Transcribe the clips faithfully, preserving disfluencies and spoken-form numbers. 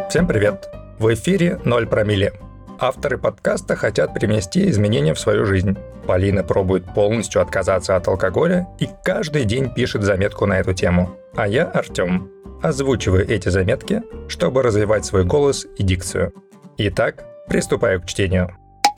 Всем привет! В эфире «Ноль промилле». Авторы подкаста хотят привнести изменения в свою жизнь. Полина пробует полностью отказаться от алкоголя и каждый день пишет заметку на эту тему. А я, Артём, озвучиваю эти заметки, чтобы развивать свой голос и дикцию. Итак, приступаю к чтению.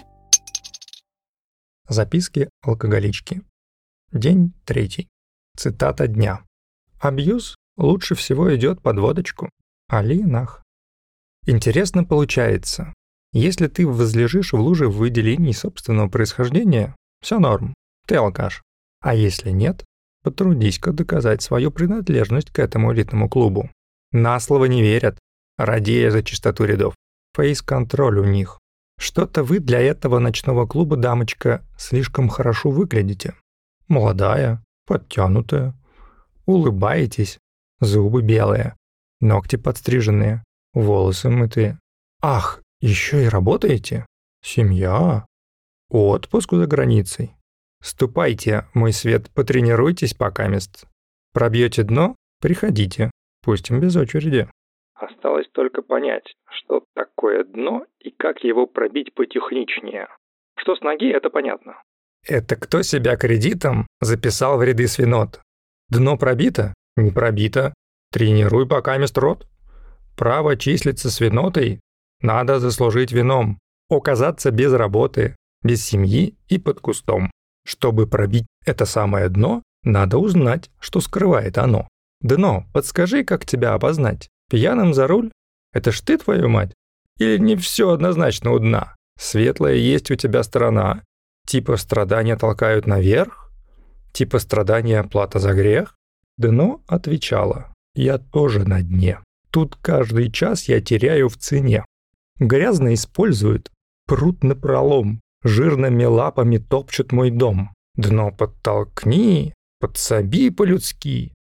Записки алкоголички. День третий. Цитата дня. Абьюз лучше всего идет под водочку. Али нах. Интересно получается. Если ты возлежишь в луже выделений собственного происхождения, все норм, ты алкаш. А если нет, потрудись-ка доказать свою принадлежность к этому элитному клубу. На слово не верят, радея за чистоту рядов. Фейс-контроль у них. Что-то вы для этого ночного клуба, дамочка, слишком хорошо выглядите. Молодая, подтянутая, улыбаетесь, зубы белые, ногти подстриженные, волосы мытые. Ах, еще и работаете? Семья? Отпуск за границей? Ступайте, мой свет, потренируйтесь покамест. Пробьете дно? Приходите, пустим без очереди. Осталось только понять, что такое дно и как его пробить потехничнее. Что с ноги, это понятно. Это кто себя кредитом записал в ряды свинот? Дно пробито? Не пробито. Тренируй покамест рот. Право числиться свинотой надо заслужить вином. Оказаться без работы, без семьи и под кустом. Чтобы пробить это самое дно, надо узнать, что скрывает оно. Дно, подскажи, как тебя опознать? Пьяным за руль? Это ж ты, твою мать? Или не все однозначно у дна? Светлая есть у тебя сторона. Типа страдания толкают наверх? Типа страдания плата за грех? Дно отвечало: я тоже на дне. Тут каждый час я теряю в цене. Грязно используют, прут напролом, жирными лапами топчут мой дом. Дно подтолкни, подсоби по-людски.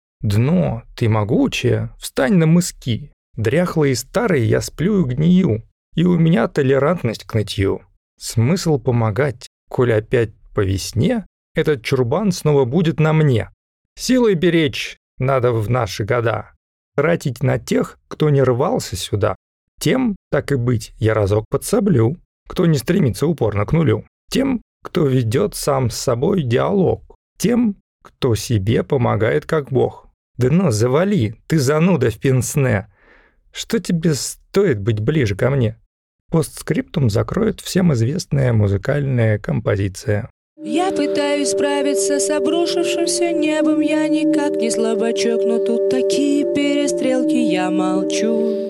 Дно, ты могучее, встань на мыски. Дряхлый и старый я сплю и гнию, и у меня толерантность к нытью. Смысл помогать, коль опять по весне, этот чурбан снова будет на мне. Силой беречь надо в наши года, тратить на тех, кто не рвался сюда. Тем, так и быть, я разок подсоблю, кто не стремится упорно к нулю. Тем, кто ведет сам с собой диалог. Тем, кто себе помогает как бог. Дно завали, ты зануда в пенсне. Что тебе стоит быть ближе ко мне? Постскриптум закроет всем известная музыкальная композиция. Я пытаюсь справиться с обрушившимся небом. Я никак не слабачок, но тут такие перестрелки, я молчу.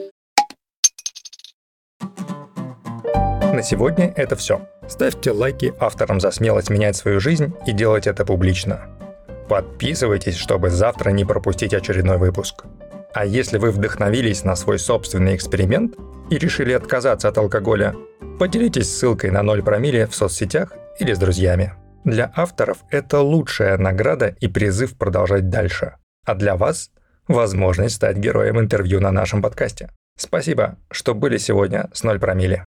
На сегодня это все. Ставьте лайки авторам за смелость менять свою жизнь и делать это публично. Подписывайтесь, чтобы завтра не пропустить очередной выпуск. А если вы вдохновились на свой собственный эксперимент и решили отказаться от алкоголя, поделитесь ссылкой на «Ноль промилле» в соцсетях или с друзьями. Для авторов это лучшая награда и призыв продолжать дальше. А для вас – возможность стать героем интервью на нашем подкасте. Спасибо, что были сегодня с «Ноль промилле».